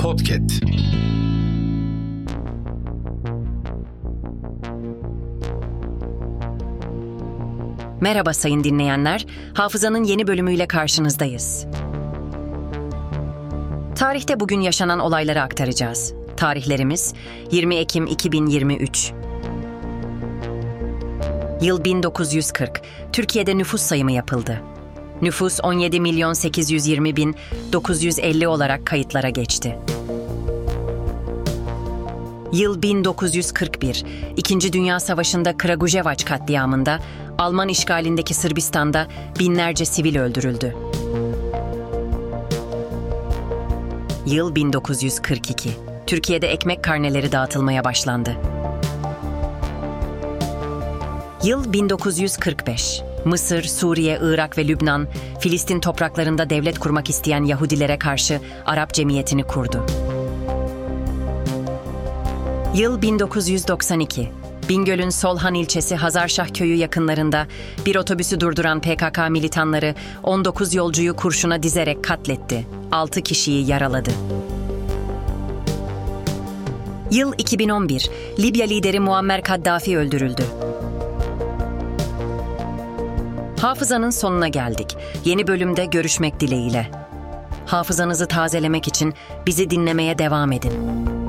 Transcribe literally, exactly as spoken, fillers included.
Podcast. Merhaba sayın dinleyenler, Hafızanın yeni bölümüyle karşınızdayız. Tarihte bugün yaşanan olayları aktaracağız. Tarihlerimiz yirmi Ekim iki bin yirmi üç. Yıl bin dokuz yüz kırk. Türkiye'de nüfus sayımı yapıldı. Nüfus on yedi milyon sekiz yüz yirmi bin dokuz yüz elli olarak kayıtlara geçti. Yıl bin dokuz yüz kırk bir. İkinci Dünya Savaşı'nda Kragujevac katliamında Alman işgalindeki Sırbistan'da binlerce sivil öldürüldü. Yıl bin dokuz yüz kırk iki. Türkiye'de ekmek karneleri dağıtılmaya başlandı. Yıl bin dokuz yüz kırk beş. Mısır, Suriye, Irak ve Lübnan, Filistin topraklarında devlet kurmak isteyen Yahudilere karşı Arap Cemiyeti'ni kurdu. Yıl bin dokuz yüz doksan iki. Bingöl'ün Solhan ilçesi Hazarşah köyü yakınlarında bir otobüsü durduran P K K militanları on dokuz yolcuyu kurşuna dizerek katletti. altı kişiyi yaraladı. Yıl iki bin on bir. Libya lideri Muammer Kaddafi öldürüldü. Hafızanın sonuna geldik. Yeni bölümde görüşmek dileğiyle. Hafızanızı tazelemek için bizi dinlemeye devam edin.